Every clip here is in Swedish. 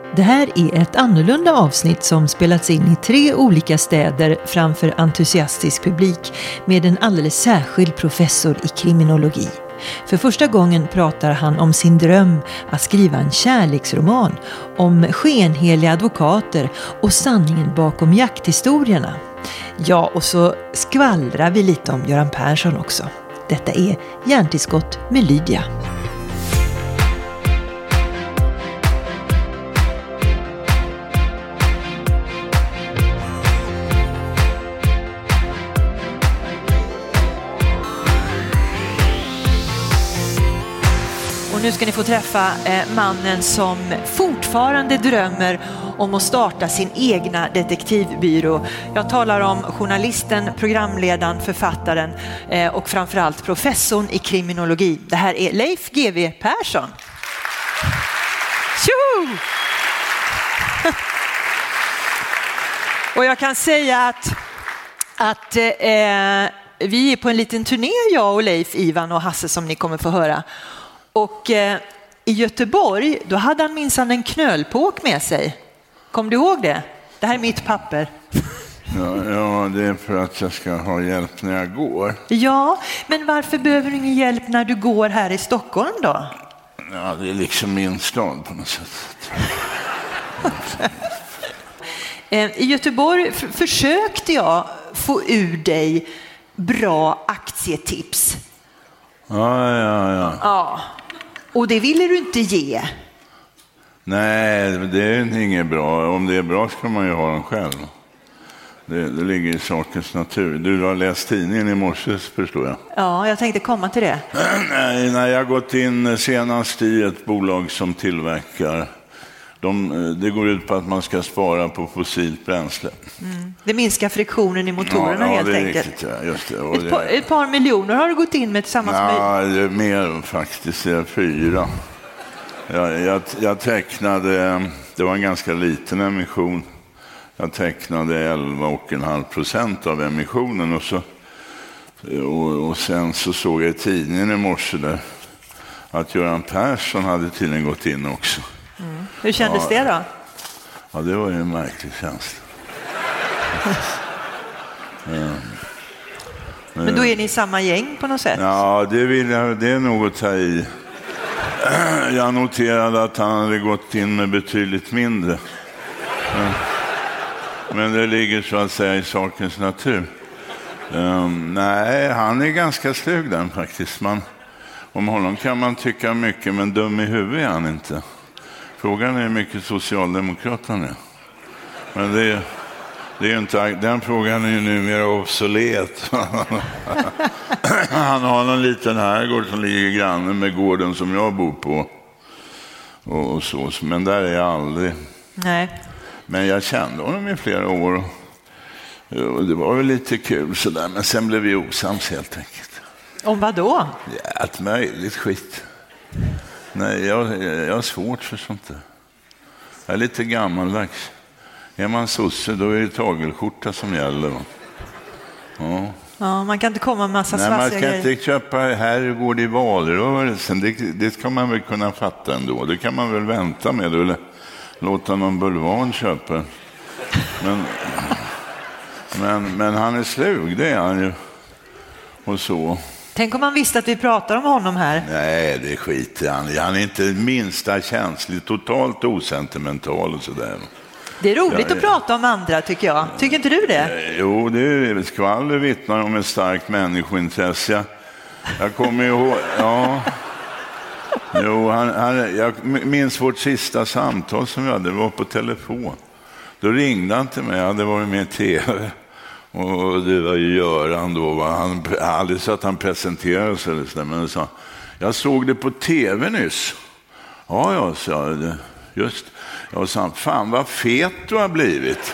Det här är ett annorlunda avsnitt som spelats in i 3 olika städer framför entusiastisk publik med en alldeles särskild professor i kriminologi. För första gången pratar han om sin dröm att skriva en kärleksroman om skenheliga advokater och sanningen bakom jakthistorierna. Ja, och så skvallrar vi lite om Göran Persson också. Detta är Hjärntillskott med Lydia. Och nu ska ni få träffa mannen som fortfarande drömmer om att starta sin egna detektivbyrå. Jag talar om journalisten, programledaren, författaren och framförallt professorn i kriminologi. Det här är Leif GW Persson. Tjo! Och jag kan säga att vi är på en liten turné, jag och Leif, Ivan och Hasse, som ni kommer få höra. Och i Göteborg, då hade han minsann en knölpåk med sig. Kom du ihåg det? Det här är mitt papper. Ja, det är för att jag ska ha hjälp när jag går. Ja, men varför behöver du ingen hjälp när du går här i Stockholm då? Ja, det är liksom min stad på något sätt. I Göteborg försökte jag få ur dig bra aktietips. Ja. Och det ville du inte ge. Nej, det är inget bra. Om det är bra ska man ju ha den själv. Det ligger i sakens natur. Du har läst tidningen i morse, förstår jag. Ja, jag tänkte komma till det. Nej, jag har gått in senast i ett bolag som tillverkar. Det går ut på att man ska spara på fossilt bränsle. Det minskar friktionen i motorerna helt enkelt. Riktigt, ja, just det. Ett par miljoner har du gått in med tillsammans med... Ja, det är mer faktiskt. Det är 4. Jag tecknade, det var en ganska liten emission. Jag tecknade 11,5% av emissionen och sen så såg jag i tidningen i morse där att Göran Persson hade tydligen gått in också. Hur kändes det då? Ja, det var ju en märklig känsla. Men då är ni i samma gäng på något sätt? Ja, det är nog att ta i. Jag noterade att han hade gått in med betydligt mindre. Men det ligger så att säga i sakens natur. Nej, han är ganska slug den faktiskt. Om honom kan man tycka mycket, men dum i huvudet är han inte. Frågan är hur mycket socialdemokraterna är. Men det är inte, den frågan är ju numera obsolet. Han har någon liten herrgård som ligger granne med gården som jag bor på. Och så. Men där är jag aldrig. Nej. Men jag kände honom i flera år. Och det var väl lite kul sådär. Men sen blev vi osams helt enkelt. Om vad då? Ja, ett möjligt skit. Nej, jag har svårt för sånt där. Jag är lite gammaldags. Är man sosse, då är det tagelskjorta som gäller. Ja, man kan inte komma med massa svassiga grejer. Nej, man kan inte köpa herrgård i valrörelsen. Det kan man väl kunna fatta ändå. Det kan man väl vänta med. Eller låta någon bulvan köpa. Men han är slug, det är han ju. Och så. Tänk om man visste att vi pratar om honom här. Nej, det skiter han. Han är inte minsta känslig, totalt osentimental och sådär. Det är roligt att prata om andra, tycker jag. Tycker inte du det? Jo, det är skvaller vittnar om ett starkt människointresse. Jag kommer ihåg... Ja. Jo, jag minns vårt sista samtal som vi hade. Det var på telefon. Då ringde han till mig. Jag hade varit med i tv. Och det var ju Göran då. Han hade så att han presenterade sig. Men han sa, jag såg det på tv nyss. Ja, jag sa det. Just. Jag sa, fan vad fet du har blivit.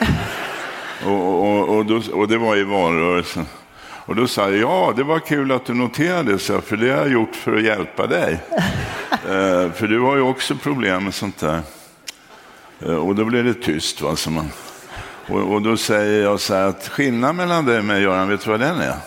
och det var i valrörelsen. Och då sa jag, ja, det var kul att du noterade så, för det har jag gjort för att hjälpa dig. För du har ju också problem med sånt där. Och då blev det tyst. Va, så man... Och då säger jag så här att skillnaden mellan dig och Göran, vet du vad den är?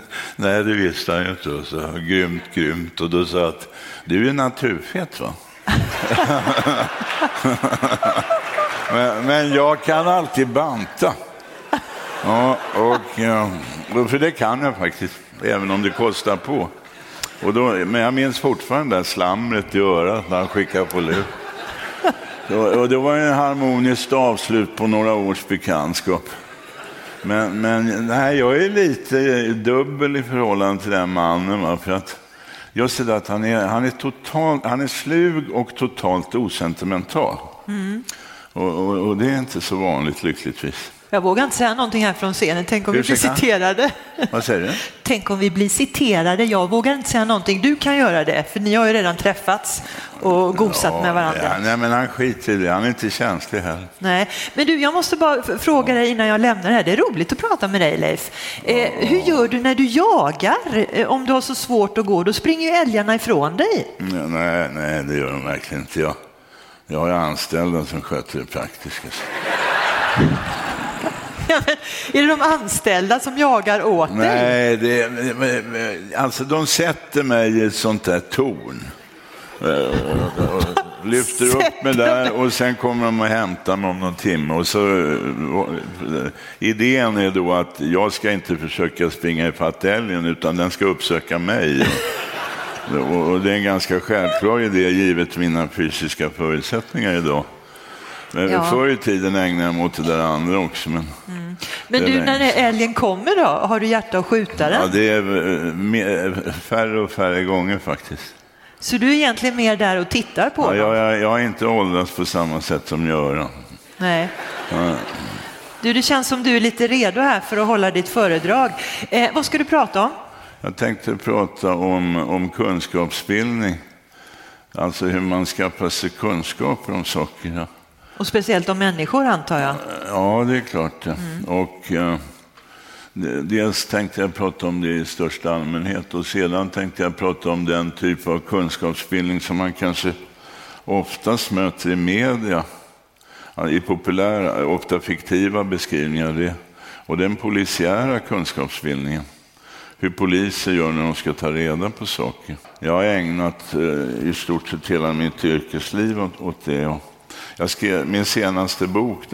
Nej, det visste han ju inte. Så, grymt. Och då sa jag att du är naturfet, va? men jag kan alltid banta. Ja, och för det kan jag faktiskt, även om det kostar på. Men jag minns fortfarande det slamret i örat när han skickade på lur. Och det var en harmoniskt avslut på några års bekantskap. Men nej, jag är lite dubbel i förhållande till den mannen. Va? För att just det att han är slug och totalt osentimental. Och det är inte så vanligt lyckligtvis. Jag vågar inte säga någonting här från scenen. Tänk om vi blir citerade. Vad säger du? Tänk om vi blir citerade. Jag vågar inte säga någonting. Du kan göra det. För ni har ju redan träffats och gosat med varandra. Ja, nej, men han skiter i det. Han är inte känslig heller. Nej, men du, jag måste bara fråga dig innan jag lämnar det här. Det är roligt att prata med dig, Leif. Hur gör du när du jagar? Om du har så svårt att gå, då springer ju älgarna ifrån dig. Nej, det gör de verkligen inte. Jag har anställda som sköter det praktiska. Är det de anställda som jagar åt dig? Nej, alltså de sätter mig i ett sånt där torn. Lyfter upp mig där och sen kommer de och hämtar mig om någon timme. Och så, idén är då att jag ska inte försöka springa ifatt älgen utan den ska uppsöka mig. Och det är en ganska självklar idé givet mina fysiska förutsättningar idag. Men förr i tiden ägnar jag mig åt det där andra också. Men du, när älgen kommer då, har du hjärta att skjuta den? Ja, det är färre och färre gånger faktiskt. Så du är egentligen mer där och tittar på dem? Jag har inte åldrats på samma sätt som Göran. Nej. Ja. Du, det känns som du är lite redo här för att hålla ditt föredrag. Vad ska du prata om? Jag tänkte prata om kunskapsbildning. Alltså hur man skaffar sig kunskaper om saker. Ja. Och speciellt om människor, antar jag. Ja, det är klart. Ja. Och dels tänkte jag prata om det i största allmänhet. Och sedan tänkte jag prata om den typ av kunskapsbildning som man kanske oftast möter i media. I populära, ofta fiktiva beskrivningar. Det. Och den polisiära kunskapsbildningen. Hur poliser gör när de ska ta reda på saker. Jag har ägnat i stort sett hela mitt yrkesliv åt det. Jag skrev min senaste bok,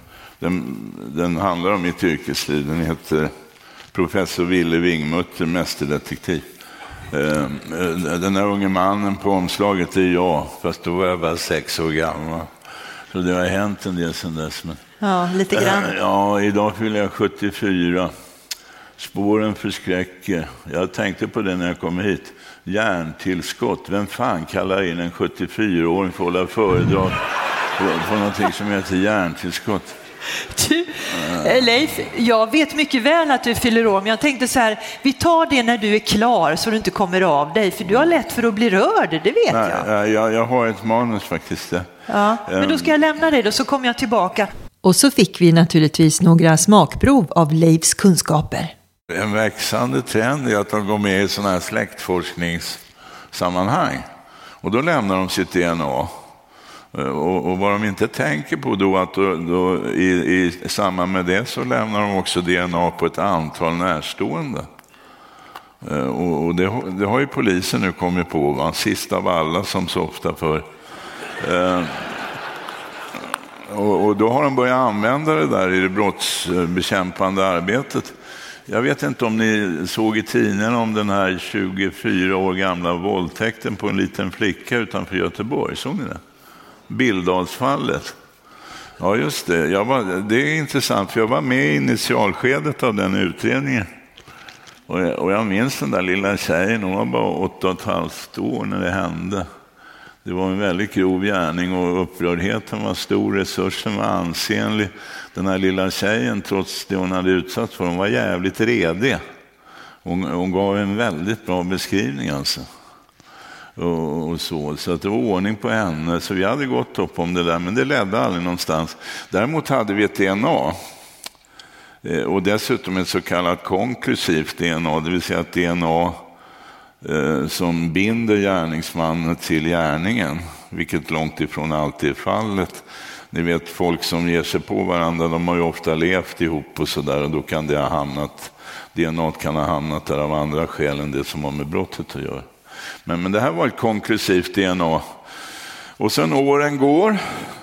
den handlar om mitt yrkesliv. Den heter Professor Ville Wingmutter, mästerdetektiv. Den här unge mannen på omslaget är jag, fast då var jag bara 6 år gammal. Så det har hänt en del sedan dess. Men, ja, lite grann. Ja, idag fyller jag 74. Spåren förskräcker. Jag tänkte på det när jag kom hit. Hjärntillskott. Vem fan kallar in en 74-åring för att hålla föredrag på någonting som heter hjärntillskott? Du, Leif, jag vet mycket väl att du fyller år, men jag tänkte så här, vi tar det när du är klar så du inte kommer av dig, för du har lätt för att bli rörd, det vet jag. Jag har ett manus faktiskt. Ja, men då ska jag lämna dig då, så kommer jag tillbaka. Och så fick vi naturligtvis några smakprov av Leifs kunskaper. En växande trend är att de går med i sådana här släktforskningssammanhang. Och då lämnar de sitt DNA. Och vad de inte tänker på då, att då i samband med det så lämnar de också DNA på ett antal närstående. Och det har ju polisen nu kommit på, va? Sist av alla som så ofta för. Och då har de börjat använda det där i det brottsbekämpande arbetet. Jag vet inte om ni såg i tidningen om den här 24 år gamla våldtäkten på en liten flicka utanför Göteborg. Såg ni det? Bildalsfallet. Ja, just det. Det är intressant, för jag var med i initialskedet av den utredningen. Och jag minns den där lilla tjejen, hon var bara 8,5 år när det hände. Det var en väldigt grov gärning och upprördheten var stor, resursen var ansenlig. Den här lilla tjejen, trots det hon hade utsatt för, hon var jävligt redig. Hon gav en väldigt bra beskrivning alltså. Och så att det var ordning på henne, så vi hade gått upp om det där, men det ledde aldrig någonstans. Däremot hade vi ett DNA och dessutom ett så kallat konklusivt DNA, det vill säga ett DNA som binder gärningsmannen till gärningen, vilket långt ifrån alltid är fallet. Ni vet, folk som ger sig på varandra, de har ju ofta levt ihop och sådär, och då kan det ha hamnat, DNA kan ha hamnat där av andra skäl än det som har med brottet att göra. Men det här var ett konklusivt DNA. Och sen åren går.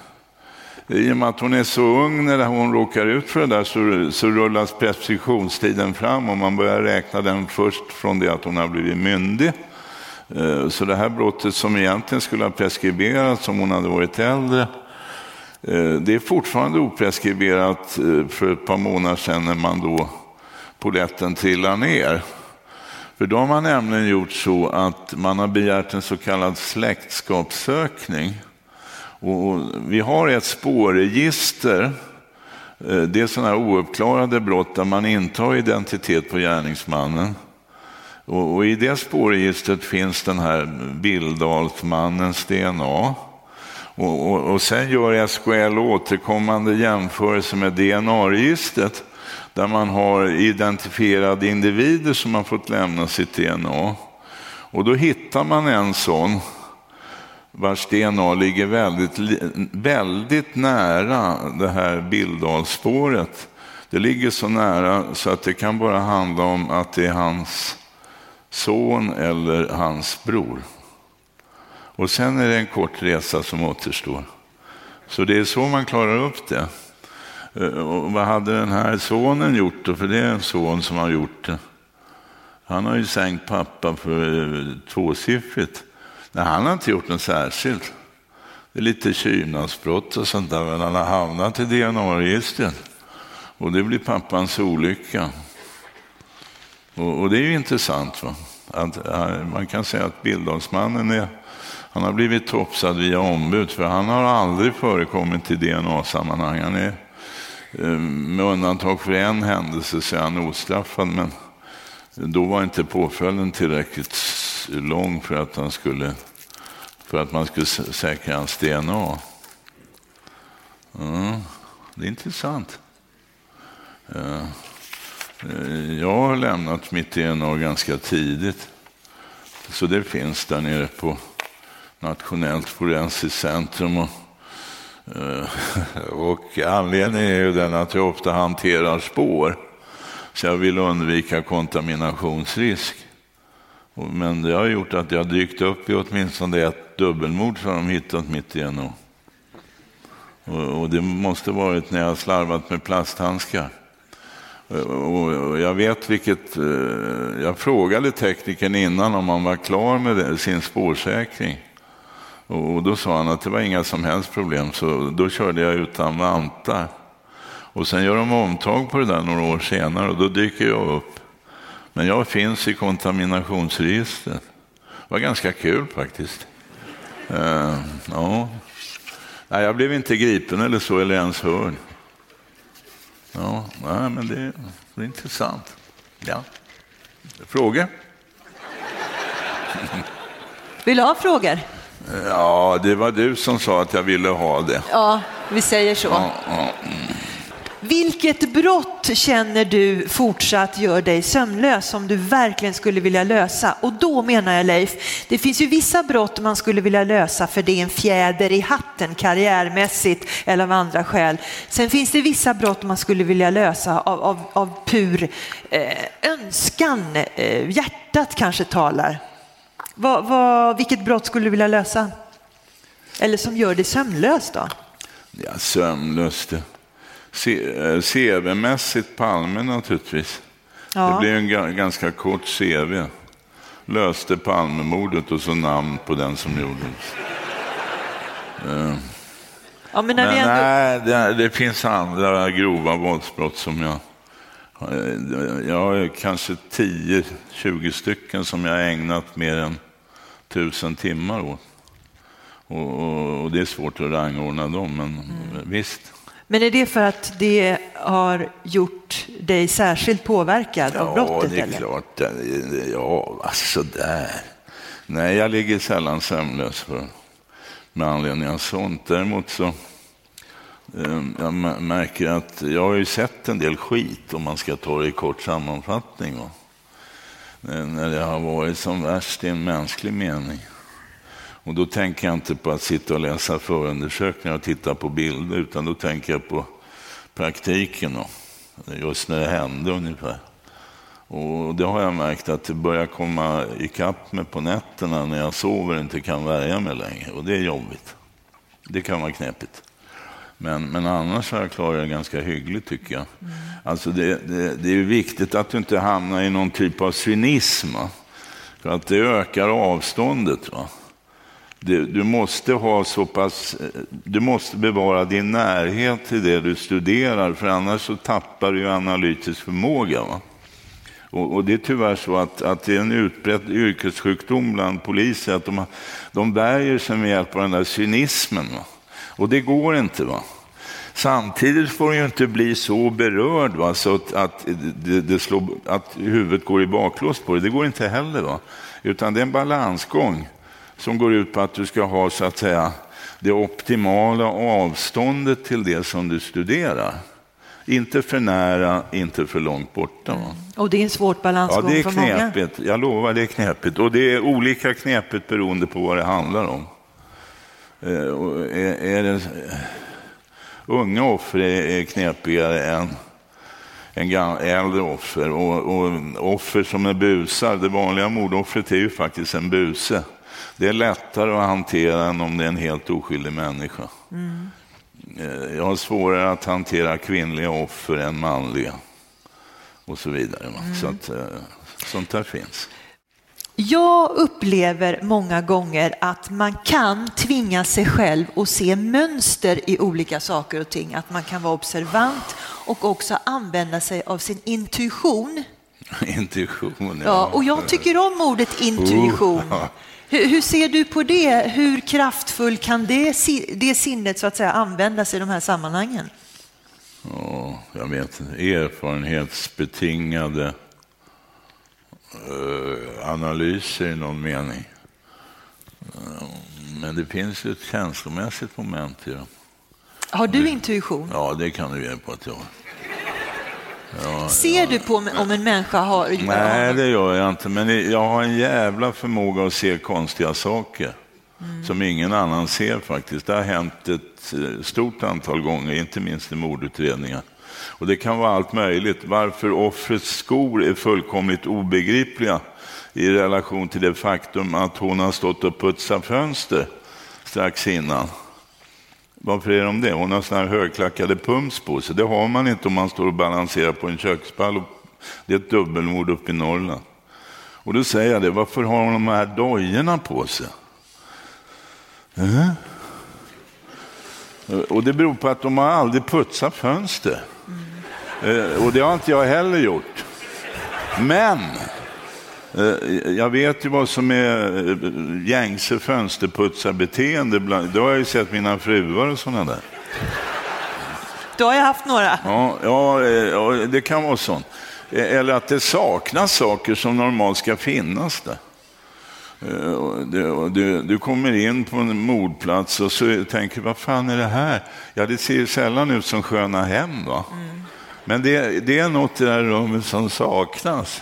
I och med att hon är så ung när hon råkar ut för det där så rullas preskriptionstiden fram och man börjar räkna den först från det att hon har blivit myndig. Så det här brottet som egentligen skulle ha preskriberats om hon hade varit äldre, det är fortfarande opreskriberat för ett par månader sedan när man då polletten trillar ner. För då har man nämligen gjort så att man har begärt en så kallad släktskapssökning. Och vi har ett spårregister, det är sådana här ouppklarade brott där man inte har identitet på gärningsmannen. Och i det spårregistret finns den här Bildalsmannens DNA. Och sen gör SKL återkommande jämförelse med DNA-registret där man har identifierade individer som har fått lämna sitt DNA. Och då hittar man en sån vars DNA ligger väldigt nära det här Bildalsspåret. Det ligger så nära så att det kan bara handla om att det är hans son eller hans bror. Och sen är det en kort resa som återstår. Så det är så man klarar upp det. Och vad hade den här sonen gjort då? För det är en son som har gjort det. Han har ju sänkt pappa för tvåsiffrigt. Nej, han har inte gjort något särskilt. Det är lite tjuvnadsbrott och sånt där. Men han har hamnat i DNA-registret. Och det blir pappans olycka. Och det är ju intressant, va? Att man kan säga att Bildalsmannen han har blivit topsad via ombud. För han har aldrig förekommit i DNA-sammanhang. Han är, med undantag för en händelse, så är han ostraffad. Men då var inte påföljden tillräckligt lång för att man skulle säkra hans DNA. Ja, det är intressant. Jag har lämnat mitt DNA ganska tidigt. Så det finns där nere på Nationellt forensiskt centrum. Och anledningen är ju den att jag ofta hanterar spår. Så jag vill undvika kontaminationsrisk. Men det har gjort att jag dykt upp i åtminstone ett dubbelmord så har de hittat mitt DNA. Och det måste varit när jag slarvat med plasthandskar. Och jag vet jag frågade teknikern innan om han var klar med sin spårsäkring. Och då sa han att det var inga som helst problem, så då körde jag utan vantar. Och sen gör de omtag på det där några år senare och då dyker jag upp. Men jag finns i kontaminationsregistret. Det var ganska kul faktiskt. Ja. Nej, jag blev inte gripen eller så, eller ens hörd. Ja, nej, men det är intressant. Ja. Frågor? Vill du ha frågor? Ja, det var du som sa att jag ville ha det. Ja, vi säger så. Ja. Vilket brott känner du fortsatt gör dig sömnlös som du verkligen skulle vilja lösa? Och då menar jag, Leif, det finns ju vissa brott man skulle vilja lösa för det är en fjäder i hatten karriärmässigt eller av andra skäl. Sen finns det vissa brott man skulle vilja lösa av pur önskan, hjärtat kanske talar. Vilket brott skulle du vilja lösa? Eller som gör dig sömnlös då? Ja, sömnlöst. CV-mässigt Palme naturligtvis. Ja. Det blev en ganska kort CV. Löste Palmemordet och så namn på den som gjorde det. Ja, men nej, det finns andra grova våldsbrott som jag har kanske 10-20 stycken som jag har ägnat mer än 1000 timmar åt. Och det är svårt att rangordna dem, men visst. Men är det för att det har gjort dig särskilt påverkad av brottet? Ja, det är klart. Ja, alltså där. Nej, jag ligger sällan sömnlös med anledning av sånt. Däremot så jag märker att jag har ju sett en del skit om man ska ta det i kort sammanfattning. När det har varit som värst i en mänsklig mening. Och då tänker jag inte på att sitta och läsa förundersökningar och titta på bilder, utan då tänker jag på praktiken och just när det hände ungefär. Och det har jag märkt att det börjar komma ikapp med på nätterna när jag sover och inte kan värja mig längre. Och det är jobbigt. Det kan vara knepigt. Men annars har jag klarat det ganska hyggligt, tycker jag. Alltså det är viktigt att du inte hamnar i någon typ av cynism. För att det ökar avståndet. Va? Du måste ha så pass, du måste bevara din närhet till det du studerar, för annars så tappar du ju analytisk förmåga. Va? Och det är tyvärr så att det är en utbredd yrkessjukdom bland poliser, att de värjer sig med hjälp av den där cynismen. Va? Och det går inte. Va? Samtidigt får du ju inte bli så berörd, va? Så att huvudet går i baklås på det. Det går inte heller. Va? Utan det är en balansgång som går ut på att du ska ha, så att säga, det optimala avståndet till det som du studerar. Inte för nära, inte för långt borta. Va? Och det är en svårt balansgång för många. Ja, det är knepigt. Jag lovar, det är knepigt. Och det är olika knepigt beroende på vad det handlar om. Unga offer är knepigare än äldre offer. Och offer som är busar, det vanliga mordoffret är ju faktiskt en buse. Det är lättare att hantera än om det är en helt oskyldig människa. Jag har svårare att hantera kvinnliga offer än manliga. Och så vidare. Så att sånt där finns. Jag upplever många gånger att man kan tvinga sig själv att se mönster i olika saker och ting. Att man kan vara observant och också använda sig av sin intuition. Intuition, ja. Och jag tycker om ordet intuition. Hur ser du på det? Hur kraftfull kan det sinnet, så att säga, användas i de här sammanhangen? Ja, jag vet inte. Erfarenhetsbetingade analyser i någon mening. Men det finns ju ett känslomässigt moment i det. Har du intuition? Ja, det kan du ge på att jag. Ja, ser du på om en människa har... Nej, det gör jag inte. Men jag har en jävla förmåga att se konstiga saker. Som ingen annan ser faktiskt. Det har hänt ett stort antal gånger, inte minst i mordutredningar. Och det kan vara allt möjligt. Varför offrets skor är fullkomligt obegripliga i relation till det faktum att hon har stått och putsat fönster strax innan. Varför är de det? Hon har såna här högklackade pumps på sig. Det har man inte om man står och balanserar på en kökspall. Det är ett dubbelmord uppe i Norrland. Och då säger jag det, varför har hon de här dojorna på sig? Och det beror på att de har aldrig putsat fönster. Och det har inte jag heller gjort. Men jag vet ju vad som är gängse fönsterputsarbeteende. Då har jag ju sett mina fruar och sådana där. Då har jag haft några. Ja, det kan vara sånt. Eller att det saknas saker som normalt ska finnas där. Du kommer in på en mordplats och så tänker, vad fan är det här? Ja, det ser sällan ut som sköna hem, va? Men det är något i det här rummet som saknas.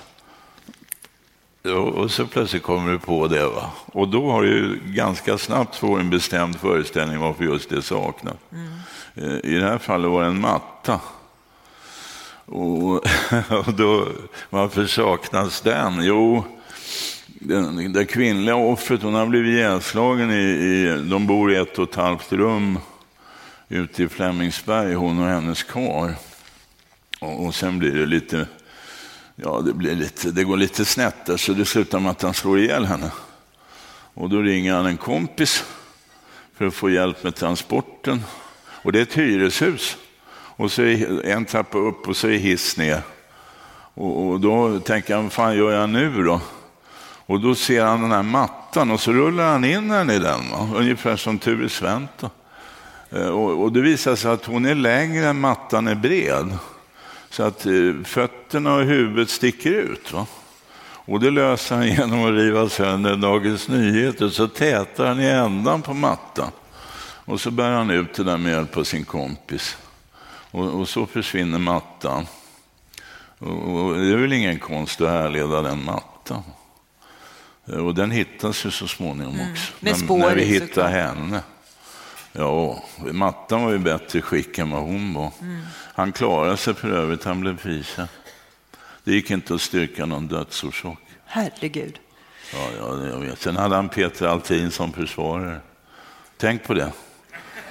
Och så plötsligt kommer du på det, va? Och då har du ganska snabbt fått en bestämd föreställning varför just det saknas. I det här fallet var det en matta. Och då, varför saknas den? Jo, det kvinnliga offret, hon har blivit ihjälslagen de bor i 1,5 rum ute i Flemingsberg, hon och hennes karl. Och sen blir det lite, det går lite snett där, så det slutar med att han slår ihjäl henne. Och då ringer han en kompis för att få hjälp med transporten. Och det är ett hyreshus. Och så är en trappa upp och så är hiss ner. Och då tänker han, vad fan gör jag nu då? Och då ser han den här mattan och så rullar han in den i den. Va? Ungefär som Ture Sventon. Och det visar sig att hon är längre än mattan är bred. Så att fötterna och huvudet sticker ut. Va? Och det löser han genom att riva sönder Dagens Nyheter. Så tätar han i ändan på mattan. Och så bär han ut det där med hjälp av sin kompis. Och så försvinner mattan. Och det är väl ingen konst att härleda den mattan. Och den hittas ju så småningom också. När vi hittar henne. Ja, mattan var ju bättre skick än vad hon var. Han klarade sig för övrigt, han blev frikänd. Det gick inte att styrka någon dödsorsak. Herregud. Ja, jag vet. Sen hade han Peter Altin som försvarare. Tänk på det.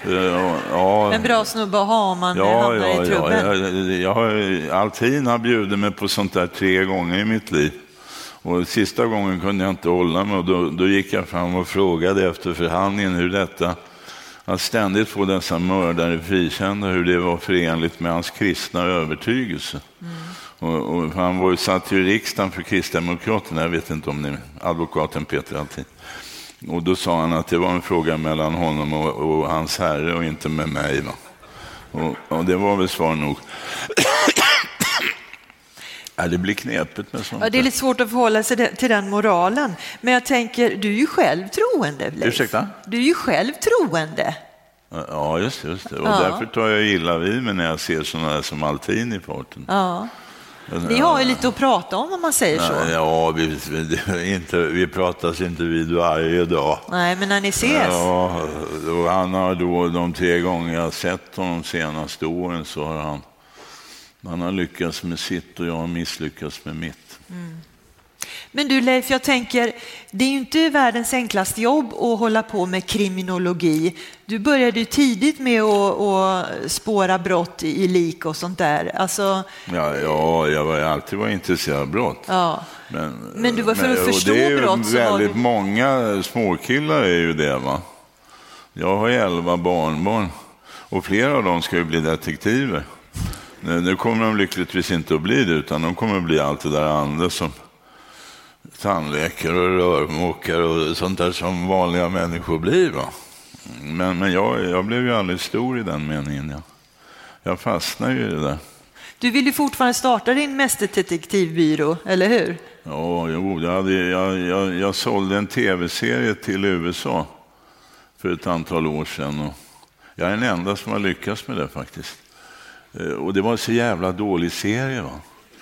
En bra snubbe att ha om man hamnar i trubbel. Altin har bjudit mig på sånt där 3 gånger i mitt liv. Och sista gången kunde jag inte hålla mig, och då gick jag fram och frågade efter förhandlingen hur detta att ständigt få dessa mördare frikända, hur det var förenligt med hans kristna övertygelse. Och han var ju satt i riksdagen för Kristdemokraterna, jag vet inte om ni, advokaten Peter Altin. Och då sa han att det var en fråga mellan honom och hans herre och inte med mig. Va? Och det var väl svar nog. Det blir knepigt med sånt. Ja, det är lite svårt att förhålla sig till den moralen. Men jag tänker, du är ju själv troende, Leif. Ursäkta? Du är ju själv troende. Ja, just det. Och därför tar jag illa vid mig när jag ser sådana där som Altin i farten. Ja. Ni har ju lite att prata om man säger så. Ja, vi pratas inte vid varje dag. Nej, men när ni ses. Ja, och han har då de 3 gånger jag har sett honom senaste åren så har han har lyckats med sitt och jag har misslyckats med mitt. Men du Leif, jag tänker, det är ju inte världens enklaste jobb att hålla på med kriminologi. Du började ju tidigt med att spåra brott i lik och sånt där. Alltså... Ja, jag var alltid intresserad av brott. Ja. Men du var för att förstå brott. Det är väldigt många småkillar är ju det, va? Jag har 11 barnbarn och flera av dem ska ju bli detektiver. Nu kommer de lyckligtvis inte att bli det, utan de kommer att bli allt det där andra som tandläkare och rörmokare och sånt där som vanliga människor blir, va? Men jag blev ju aldrig stor i den meningen. Jag fastnade ju i det där. Du vill ju fortfarande starta din mästerdetektivbyrå, eller hur? Ja, jag sålde en tv-serie till USA för ett antal år sedan. Och jag är den enda som har lyckats med det faktiskt. Och det var en så jävla dålig serie, va?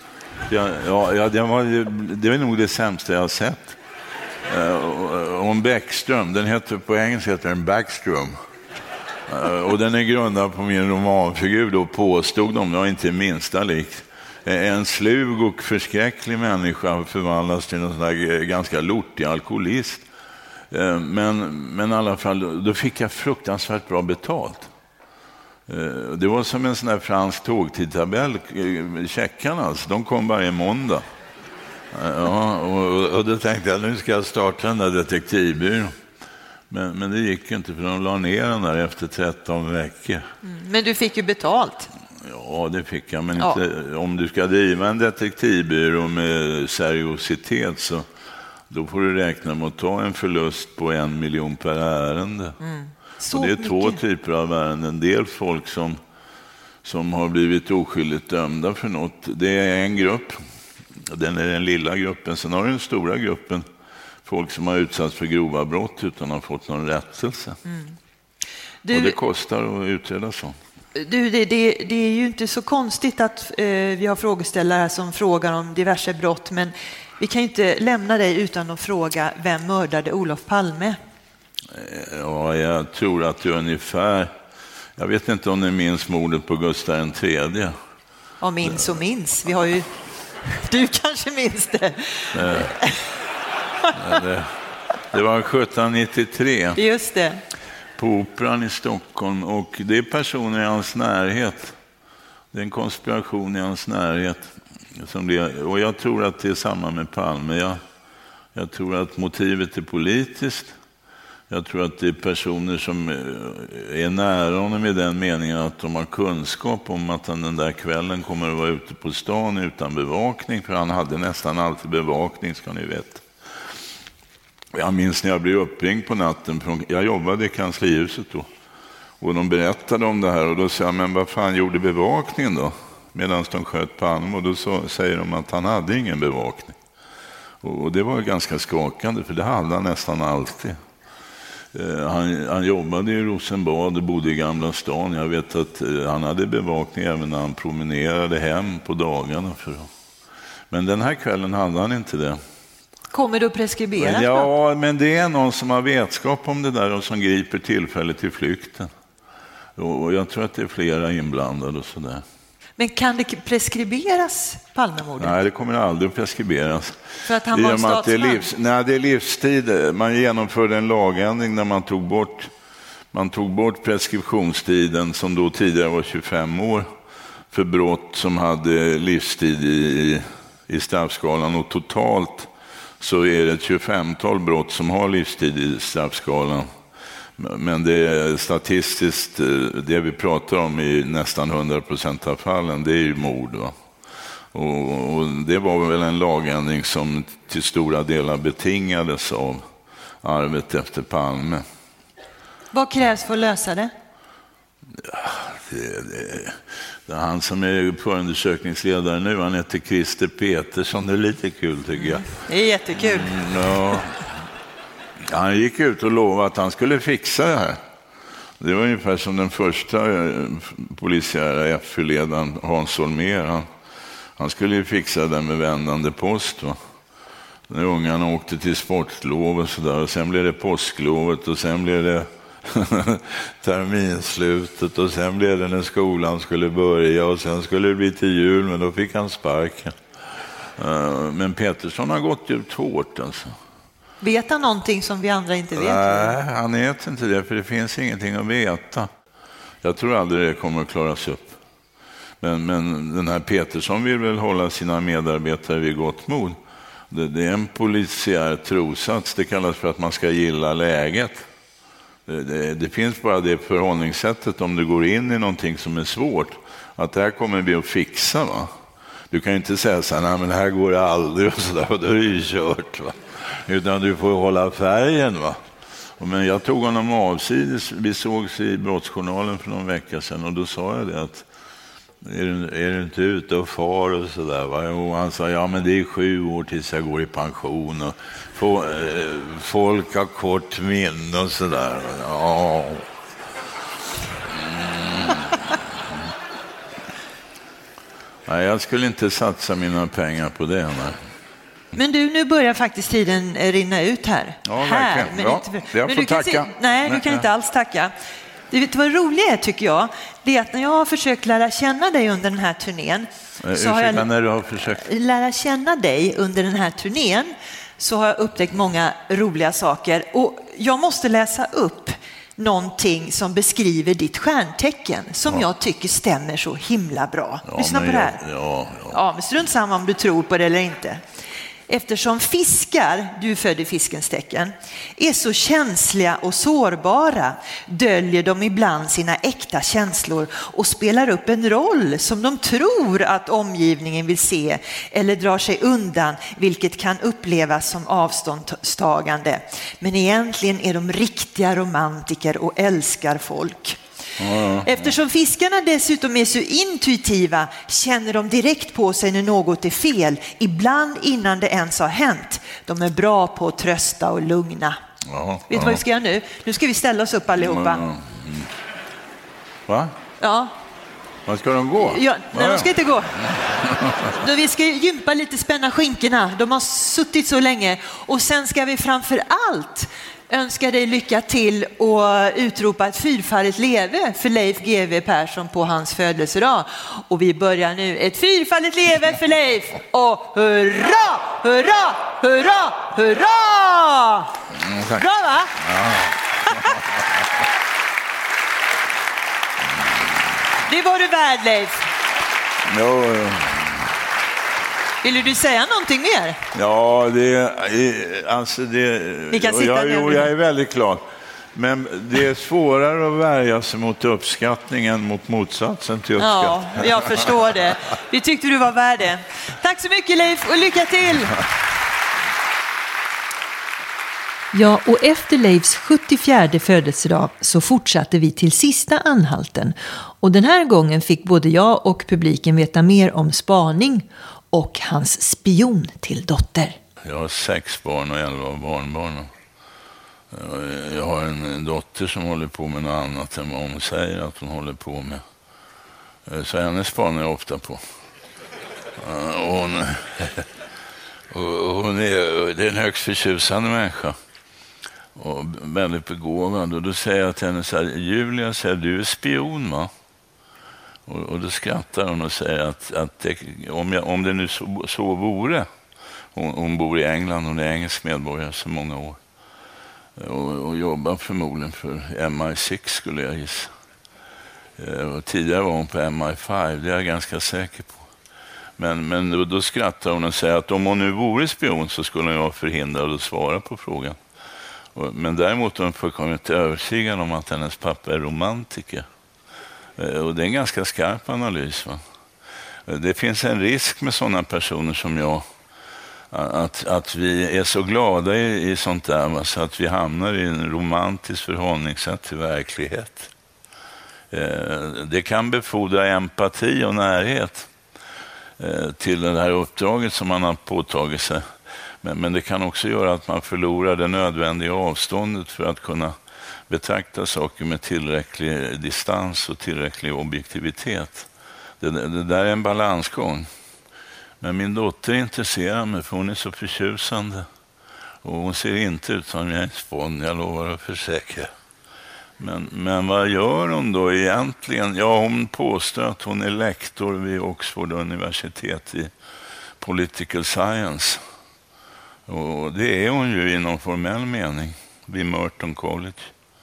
Det var nog det sämsta jag har sett. Om Bäckström, den heter på engelska heter den Backstrom. Och den är grundad på min romanfigur då, påstod de, jag inte minsta likt. En slug och förskräcklig människa förvandlas till en sån där ganska lortig alkoholist. Men i alla fall, då fick jag fruktansvärt bra betalt. Det var som en sån där fransk tågtidtabell, checkarna alltså, de kom varje måndag. Ja, och då tänkte jag, nu ska jag starta den där detektivbyrån. Men det gick inte, för de la ner den där efter 13 veckor. Men du fick ju betalt. Ja, det fick jag, men inte, om du ska driva en detektivbyrå med seriositet så då får du räkna med att ta en förlust på 1 miljon per ärende. Och det är 2 typer av ärenden. En del folk som har blivit oskyldigt dömda för något. Det är en grupp. Den är den lilla gruppen. Sen har du den stora gruppen. Folk som har utsatts för grova brott utan att ha fått någon rättelse. Och det kostar att utreda så. Det är ju inte så konstigt att vi har frågeställare som frågar om diverse brott. Men vi kan ju inte lämna dig utan att fråga, vem mördade Olof Palme? Ja, jag tror att det är ungefär... Jag vet inte om ni minns mordet på Gustav III. Ja, minns. Vi har ju... Du kanske minns det. Det var 1793. Just det. På Operan i Stockholm. Och det är personer i hans närhet. Det är en konspiration i hans närhet. Och jag tror att det är samma med Palme. Jag tror att motivet är politiskt. Jag tror att det är personer som är nära honom i den meningen att de har kunskap om att han den där kvällen kommer att vara ute på stan utan bevakning. För han hade nästan alltid bevakning, ska ni veta. Jag minns när jag blev uppringd på natten. Jag jobbade i kanslihuset då. Och de berättade om det här och då sa jag, men vad fan gjorde bevakningen då? Medan de sköt Palme, och då säger de att han hade ingen bevakning. Och det var ganska skakande, för det hade han nästan alltid. Han jobbade i Rosenbad och bodde i Gamla stan. Jag vet att han hade bevakning även när han promenerade hem på dagarna. Men den här kvällen hade han inte det. Kommer du att preskriberas? Ja, men det är någon som har vetskap om det där och som griper tillfället till flykten. Och jag tror att det är flera inblandade och sådär. Men kan det preskriberas, Palmemordet? Nej, det kommer aldrig att preskriberas. För att han var statsman? Nej, det är livstid. Man genomförde en lagändring när man tog bort Man tog bort preskriptionstiden som då tidigare var 25 år för brott som hade livstid i straffskalan, och totalt så är det ett 25-tal brott som har livstid i straffskalan. Men det är statistiskt, det vi pratar om i nästan 100% av fallen, det är ju mord, va? Och det var väl en lagändring som till stora delar betingades av arvet efter Palme. Vad krävs för att lösa det? Det är han som är förundersökningsledare nu, han heter Christer Petersson. Det är lite kul, tycker jag. Det är jättekul. Ja. Han gick ut och lovade att han skulle fixa det här. Det var ungefär som den första polisiära FU-ledaren Hans Holmér. Han skulle ju fixa det med vändande post, va? När ungarna åkte till sportlov och sådär, och sen blev det påsklovet, och sen blev det terminslutet, och sen blev det när skolan skulle börja, och sen skulle det bli till jul, men då fick han sparken. Men Petersson har gått ut hårt, alltså. Vet han någonting som vi andra inte vet? Nej, han vet inte det, för det finns ingenting att veta. Jag tror aldrig det kommer att klaras upp. Men den här Petersson vill väl hålla sina medarbetare vid gott mod. Det är en polisiär trosats. Det kallas för att man ska gilla läget. Det finns bara det förhållningssättet om du går in i någonting som är svårt. Att det här kommer vi att fixa, va? Du kan ju inte säga så här, nej men det här går det aldrig och sådär, och då är det ju kört, va? Utan du får hålla färgen, va? Men jag tog honom avsides. Vi sågs i Brottsjournalen för någon vecka sedan, och då sa jag det att är du inte ute och far och sådär, va? Och han sa, ja men det är 7 år tills jag går i pension, och folk har kort minne och sådär. Ja. Nej, jag skulle inte satsa mina pengar på det. Nej. Men du, nu börjar faktiskt tiden rinna ut här. Ja, verkligen. Men ja, jag men får du kan tacka. Nej, du kan inte alls tacka. Du vet vad roligt är, tycker jag, det är att när jag har försökt lära känna dig under den här turnén, när du har försökt lära känna dig under den här turnén, så har jag upptäckt många roliga saker. Och jag måste läsa upp någonting som beskriver ditt stjärntecken, som jag tycker stämmer så himla bra. Lyssna på det här. Ja, men strunt samma om du tror på det eller inte. Eftersom fiskar, du är född i fiskens tecken, är så känsliga och sårbara, döljer de ibland sina äkta känslor och spelar upp en roll som de tror att omgivningen vill se, eller drar sig undan, vilket kan upplevas som avståndstagande. Men egentligen är de riktiga romantiker och älskar folk. Eftersom fiskarna dessutom är så intuitiva känner de direkt på sig när något är fel, ibland innan det ens har hänt. De är bra på att trösta och lugna. Vet du vad vi ska göra nu? Nu ska vi ställa oss upp allihopa. Va? Ja. Vad ska de gå? Ja, nej, de ska inte gå. Då vi ska gympa lite, spänna skinkorna. De har suttit så länge. Och sen ska vi framför allt önska dig lycka till och utropa ett 4-faldigt leve för Leif GW Persson på hans födelsedag. Och vi börjar nu. Ett 4-faldigt leve för Leif. Och hurra, hurra, hurra, hurra! Bra, va? Ja. Det var du värd, Leif. Ja. Vill du säga någonting mer? Ja, Vi kan sitta jag är väldigt glad. Men det är svårare att värja sig mot uppskattning än mot motsatsen till uppskattning. Ja, jag förstår det. Vi tyckte du var värd det. Tack så mycket, Leif, och lycka till! Ja, och efter Leifs 74:e födelsedag så fortsatte vi till sista anhalten. Och den här gången fick både jag och publiken veta mer om spaning och hans spion till dotter. Jag har 6 barn och 11 barnbarn. Jag har en dotter som håller på med något annat än vad hon säger att hon håller på med. Så henne spanar jag ofta på. Det är en högst förtjusande människa. Och väldigt begåvad. Och då säger jag till henne så här: Julia, säger du är spion, va? Och då skrattar hon och säger att om det nu så vore. Hon bor i England, hon är engelsk medborgare så många år. och jobbar förmodligen för MI6 skulle jag gissa. Och tidigare var hon på MI5, det är jag ganska säker på. Men då skrattar hon och säger att om hon nu vore spion så skulle hon vara förhindrad att svara på frågan. Men däremot är hon fullkomligt övertygad om att hennes pappa är romantiker. Och det är en ganska skarp analys. Va? Det finns en risk med sådana personer som jag, att vi är så glada i sånt där, va? Så att vi hamnar i en romantisk förhållningssätt till verklighet. Det kan befordra empati och närhet till det här uppdraget som man har påtagit sig. Men det kan också göra att man förlorar det nödvändiga avståndet för att kunna betrakta saker med tillräcklig distans och tillräcklig objektivitet. Det där är en balansgång. Men min dotter intresserar mig för hon är så förtjusande. Och hon ser inte ut som James Bond, jag lovar att försäkra. Men vad gör hon då egentligen? Ja, hon påstår att hon är lektor vid Oxford universitet i political science. Och det är hon ju i någon formell mening vid Merton College.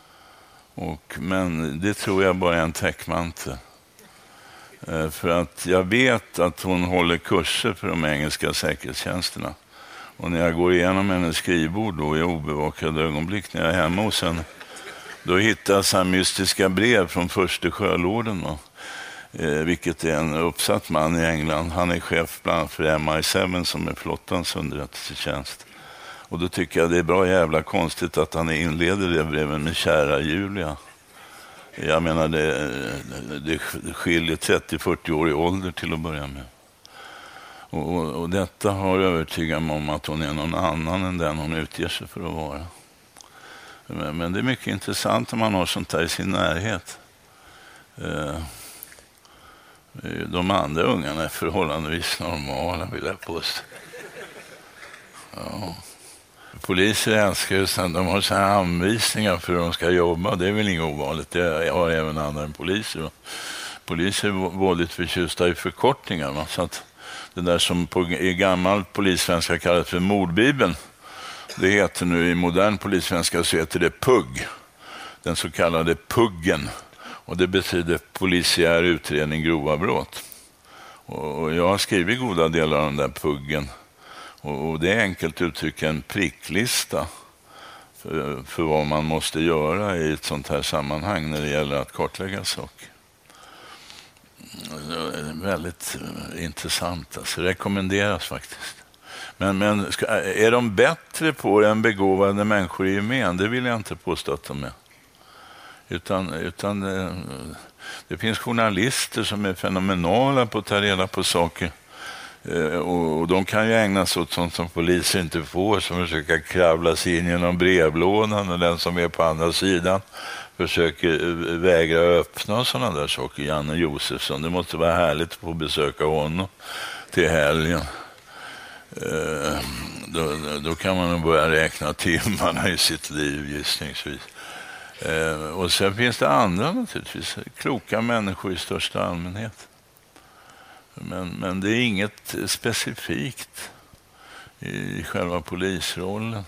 Men det tror jag bara är en täckmantel. För att jag vet att hon håller kurser för de engelska säkerhetstjänsterna. Och när jag går igenom hennes skrivbord då i obevakade ögonblick när jag är hemma hos henne, då hittas här mystiska brev från förste sjölorden. Vilket är en uppsatt man i England. Han är chef bland annat för MI7 som är flottans underrättelsetjänst. Och då tycker jag det är bra jävla konstigt att han inleder det breven med kära Julia. Jag menar det skiljer 30-40 år i ålder till att börja med. Och detta har övertygat mig om att hon är någon annan än den hon utger sig för att vara. Men det är mycket intressant om man har sånt här i sin närhet. De andra ungarna är förhållandevis normala, vill jag påstå. Ja. Poliser älskar ju sen, de har såna anvisningar för hur de ska jobba. Det är väl inget ovanligt, det har även andra än poliser. Poliser är våldligt förtjusta i förkortningar. Va? Så att det där som i gammal polissvenska kallas för mordbibeln, det heter nu i modern polissvenska så heter det PUG. Den så kallade PUGgen. Och det betyder polisiär utredning grova brott. Och jag har skrivit goda delar av den där PUGgen. Och det är enkelt uttryckt en pricklista för vad man måste göra i ett sånt här sammanhang när det gäller att kartlägga saker. Väldigt intressant, alltså rekommenderas faktiskt. Men är de bättre på det än begåvade människor i gemen? Det vill jag inte påstå att de är. Utan det finns journalister som är fenomenala på att ta reda på saker. Och de kan ju ägna sig åt sånt som poliser inte får, som försöker kravla sig in genom brevlådan och den som är på andra sidan försöker vägra öppna och sådana där saker. Janne Josefsson, det måste vara härligt att få besöka honom till helgen. Då kan man nog börja räkna timmarna i sitt liv gissningsvis. Och sen finns det andra naturligtvis, kloka människor i största allmänhet. Men det är inget specifikt i själva polisrollen.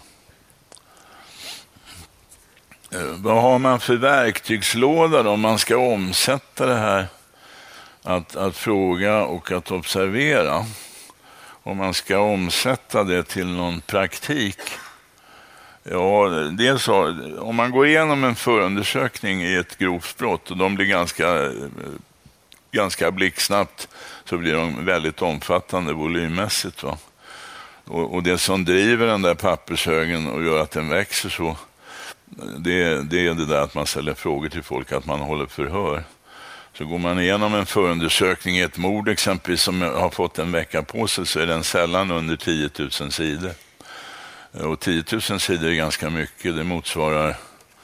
Vad har man för verktygslåda då, om man ska omsätta det här att fråga och att observera? Om man ska omsätta det till någon praktik. Ja, dels om man går igenom en förundersökning i ett grovt brott och de blir ganska blixtsnabbt, så blir de väldigt omfattande volymmässigt. Va? Och det som driver den där pappershögen och gör att den växer så, det är det där att man ställer frågor till folk, att man håller förhör. Så går man igenom en förundersökning i ett mord exempelvis som har fått en vecka på sig, så är den sällan under 10 000 sidor. Och 10 000 sidor är ganska mycket. Det motsvarar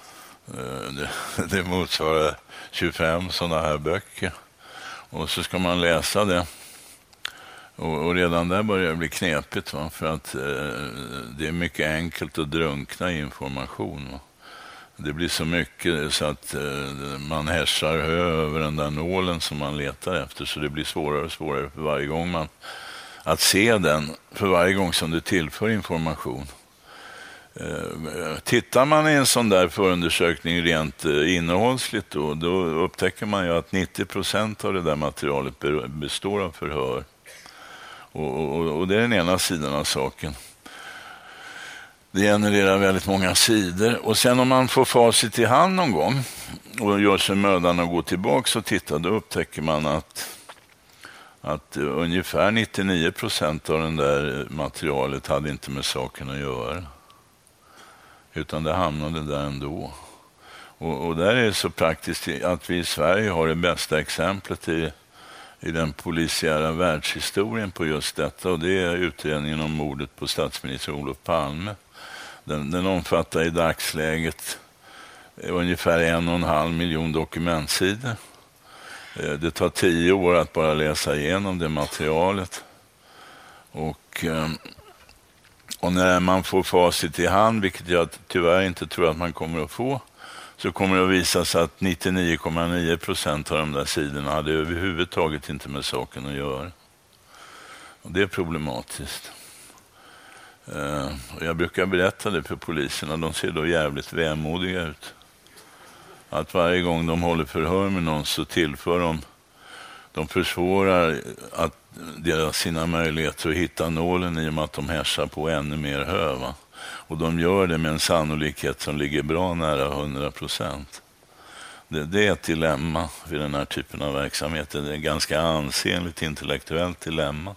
25 sådana här böcker. Och så ska man läsa det. Och redan där börjar det bli knepigt. Va? För att det är mycket enkelt att drunkna i information. Va? Det blir så mycket så att man härsar över den där nålen som man letar efter. Så det blir svårare och svårare för varje gång att se den, för varje gång som du tillför information. Tittar man i en sån där förundersökning rent innehållsligt då upptäcker man ju att 90% av det där materialet består av förhör. Och det är den ena sidan av saken. Det genererar väldigt många sidor. Och sen om man får facit i hand någon gång och gör sig mödan att gå tillbaka och titta, då upptäcker man att ungefär 99% av den där materialet hade inte med saken att göra. Utan det hamnade där ändå. Och där är det så praktiskt att vi i Sverige har det bästa exemplet i den polisiära världshistorien på just detta. Och det är utredningen om mordet på statsminister Olof Palme. Den omfattar i dagsläget ungefär 1,5 miljon dokumentsidor. Det tar 10 år att bara läsa igenom det materialet. Och när man får facit i hand, vilket jag tyvärr inte tror att man kommer att få, så kommer det att visa sig att 99,9% av de där sidorna hade överhuvudtaget inte med saken att göra. Och det är problematiskt. Och jag brukar berätta det för poliserna. De ser då jävligt vämodiga ut. Att varje gång de håller förhör med någon så tillför de försvårar sina möjligheter att hitta nålen i och med att de härsar på ännu mer höva. Och de gör det med en sannolikhet som ligger bra nära 100%. Det är ett dilemma vid den här typen av verksamhet. Det är ett ganska ansenligt intellektuellt dilemma.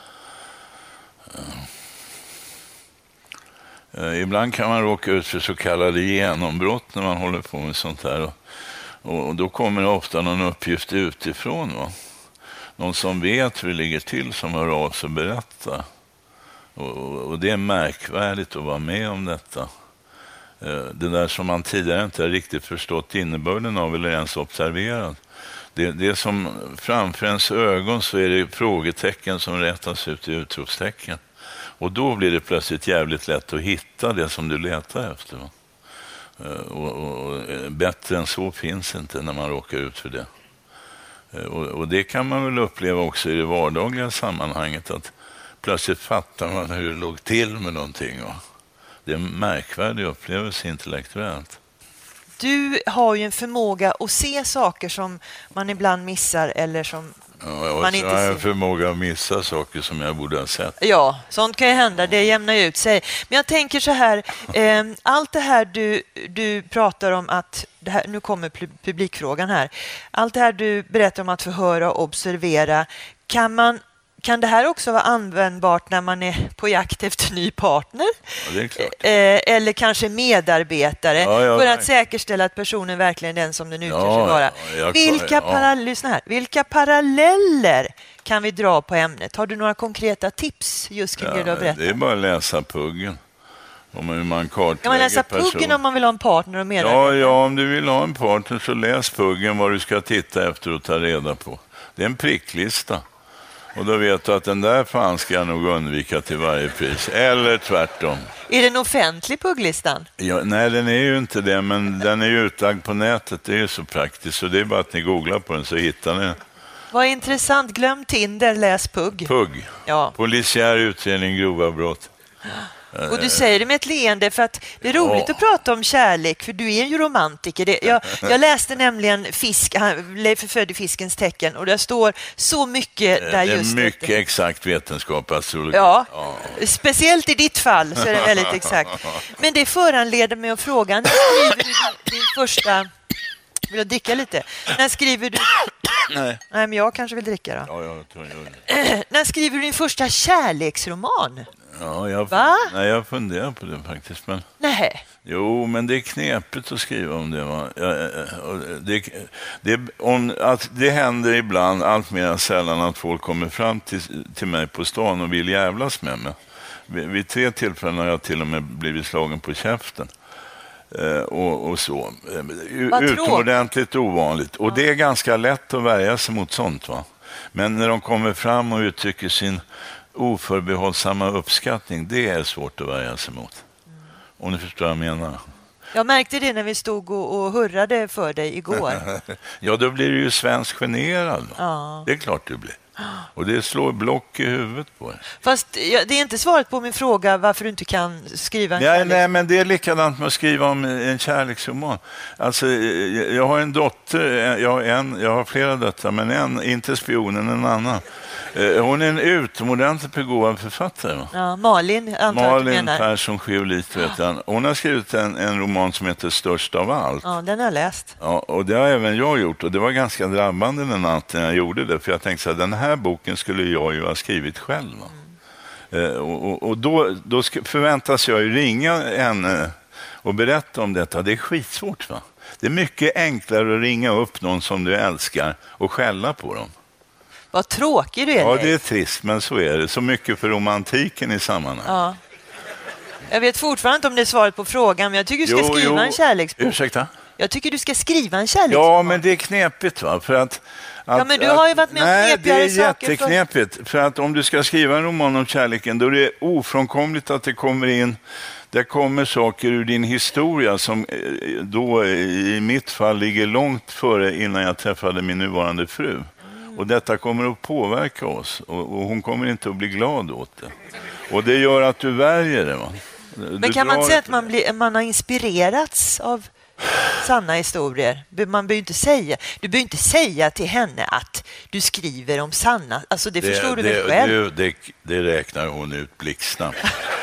Ibland kan man råka ut för så kallade genombrott när man håller på med sånt här. Och då kommer det ofta någon uppgift utifrån. Va? Någon som vet hur det ligger till som hör av sig och berättar. Och det är märkvärdigt att vara med om detta. Det där som man tidigare inte riktigt förstått innebörden av eller ens observerat. Det som framför ens ögon så är det frågetecken som rättas ut i utropstecken. Och då blir det plötsligt jävligt lätt att hitta det som du letar efter. Och bättre än så finns inte när man råkar ut för det. Och det kan man väl uppleva också i det vardagliga sammanhanget, att plötsligt fattar man hur det låg till med någonting. Det är en märkvärdig upplevelse intellektuellt. Du har ju en förmåga att se saker som man ibland missar eller som man inte ser. Jag har en förmåga att missa saker som jag borde ha sett. Ja, sånt kan ju hända. Det jämnar ju ut sig. Men jag tänker så här, allt det här du pratar om att, det här, nu kommer publikfrågan här. Allt det här du berättar om att förhöra och observera, kan det här också vara användbart när man är på jakt efter ny partner? Ja, det är klart. Eller kanske medarbetare för att säkerställa att personen verkligen är den som den utger sig vara. Lyssna här. Vilka paralleller kan vi dra på ämnet? Har du några konkreta tips just kring det du har berättat? Det är bara att läsa puggen. Om man kan läsa puggen om man vill ha en partner och medarbetare? Ja, om du vill ha en partner så läs puggen vad du ska titta efter och ta reda på. Det är en pricklista. Och då vet du att den där fan ska jag nog undvika till varje pris. Eller tvärtom. Är den offentlig pugglistan? Ja, nej, den är ju inte det, men den är ju utlagd på nätet. Det är ju så praktiskt, så det är bara att ni googlar på den så hittar ni den. Vad intressant. Glöm Tinder, läs pugg. Pugg. Ja. Polisiär utredning, grova brott. Och du säger det med ett leende för att det är roligt att prata om kärlek, för du är ju romantiker. Jag läste nämligen Leif är född i fiskens tecken och det står så mycket där just det. är mycket exakt vetenskap, astrologi. Ja, speciellt i ditt fall så är det väldigt exakt. Men det föranleder mig att fråga, när skriver du din första... Vill jag dricka lite? När skriver du... Nej, men jag kanske vill dricka då. Ja, jag tror jag gör det. När skriver du din första kärleksroman? Ja, jag funderar på det faktiskt. Men... Nej. Jo, men det är knepigt att skriva om det. Va? Det händer ibland allt mer sällan att folk kommer fram till mig på stan och vill jävlas med mig. Vid 3 tillfällen har jag till och med blivit slagen på käften. Och så. Utomordentligt ovanligt. Och det är ganska lätt att värja sig mot sånt. Va? Men när de kommer fram och uttrycker sin oförbehållsamma uppskattning, det är svårt att värja sig mot. Om ni förstår vad jag menar. Jag märkte det när vi stod och hurrade för dig igår. Ja, då blir du ju svensk generad. Ja. Det är klart du blir. Och det slår block i huvudet på en. Fast det är inte svaret på min fråga varför du inte kan skriva en kärleks... Nej, men det är likadant med att skriva om en kärleksroman. Alltså, jag har en dotter, jag har flera döttrar, men en, inte spionen, en annan. Hon är en utomordentligt begåvad författare. Va? Ja, Malin Persson Sjöolit, vet jag. Hon har skrivit en roman som heter Störst av allt. Ja, den har jag läst. Ja, och det har även jag gjort. Och det var ganska drabbande den natten jag gjorde det. För jag tänkte att den här boken skulle jag ju ha skrivit själv. Och då förväntas jag ju ringa henne och berätta om detta. Det är skitsvårt, va? Det är mycket enklare att ringa upp någon som du älskar och skälla på dem. Vad tråkig du är. Ja, det är trist, men så är det. Så mycket för romantiken i sammanhanget. Ja. Jag vet fortfarande inte om det är svaret på frågan, men jag tycker du ska skriva en kärleksbok. Ursäkta? Jag tycker du ska skriva en kärleksbok. Ja, men det är knepigt, va? För att ja, men du har ju varit med om knepigare saker. Nej, det är jätteknepigt. För att om du ska skriva en roman om kärleken, då är det ofrånkomligt att det kommer in... Det kommer saker ur din historia som då i mitt fall ligger långt före innan jag träffade min nuvarande fru. Och detta kommer att påverka oss och hon kommer inte att bli glad åt det. Och det gör att du värjer det. Va? Men kan man säga att man har inspirerats av sanna historier? Du behöver inte säga till henne att du skriver om sanna. Alltså det förstår du väl själv? Det räknar hon ut blixtsnabbt.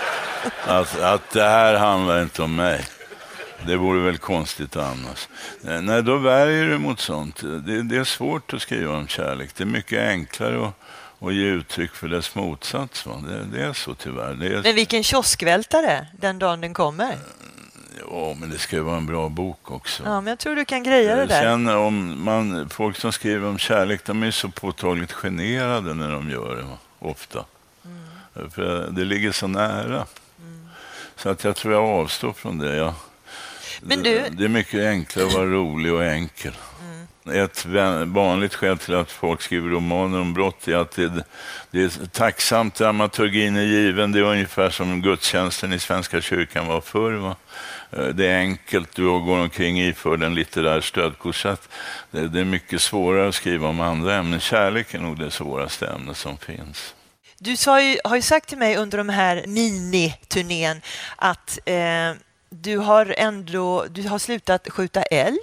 Att det här handlar inte om mig. Det vore väl konstigt annars. Nej, då värjer du mot sånt. Det är svårt att skriva om kärlek. Det är mycket enklare att ge uttryck för dess motsats. Va? Det är så tyvärr. Men vilken kioskvältare den dagen den kommer. Ja, men det ska ju vara en bra bok också. Ja, men jag tror du kan greja det där. Sen folk som skriver om kärlek, de är så påtagligt generade när de gör det. Va? Ofta. För det ligger så nära. Så att jag tror jag avstår från det. Det är mycket enklare att vara rolig och enkel. Ett vanligt skäl till att folk skriver romaner om brott är att det är tacksamt, dramaturgin är given. Det är ungefär som gudstjänsten i Svenska kyrkan var förr. Va? Det är enkelt, du går omkring iförd en litterär stödkorsett. Det är mycket svårare att skriva om andra ämnen. Kärlek är nog det svåraste ämnet som finns. Du har ju sagt till mig under de här miniturnén att du har slutat skjuta älg.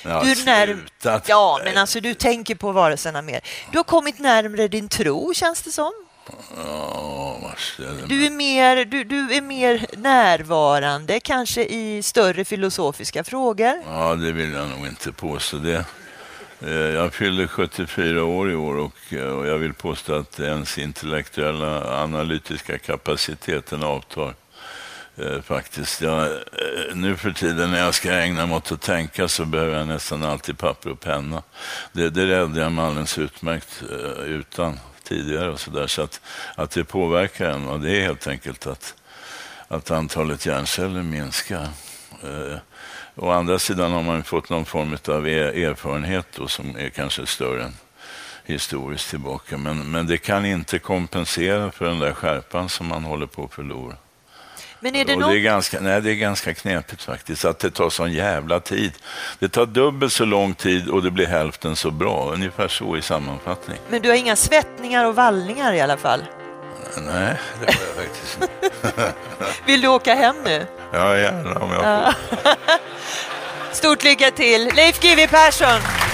Men alltså du tänker på varelserna mer. Du har kommit närmare din tro, känns det som. Du är mer närvarande, kanske i större filosofiska frågor. Ja, det vill jag nog inte påstå det. Jag fyller 74 år i år och jag vill påstå att ens intellektuella analytiska kapaciteten avtar. Faktiskt. Nu för tiden när jag ska ägna mig åt att tänka så behöver jag nästan alltid papper och penna. Det räddade jag mig alldeles utmärkt utan tidigare och sådär. Så att det påverkar en, och det är helt enkelt att antalet hjärnceller minskar. Å andra sidan har man fått någon form av erfarenhet då, som är kanske större än historiskt tillbaka. Men det kan inte kompensera för den där skärpan som man håller på att förlora. Men är det det är ganska knepigt faktiskt att det tar sån jävla tid. Det tar dubbelt så lång tid och det blir hälften så bra. Ungefär så i sammanfattning. Men du har inga svettningar och vallningar i alla fall? Nej, det har jag faktiskt inte. Vill du åka hem nu? Ja, gärna om jag får. Stort lycka till. Leif GW Persson!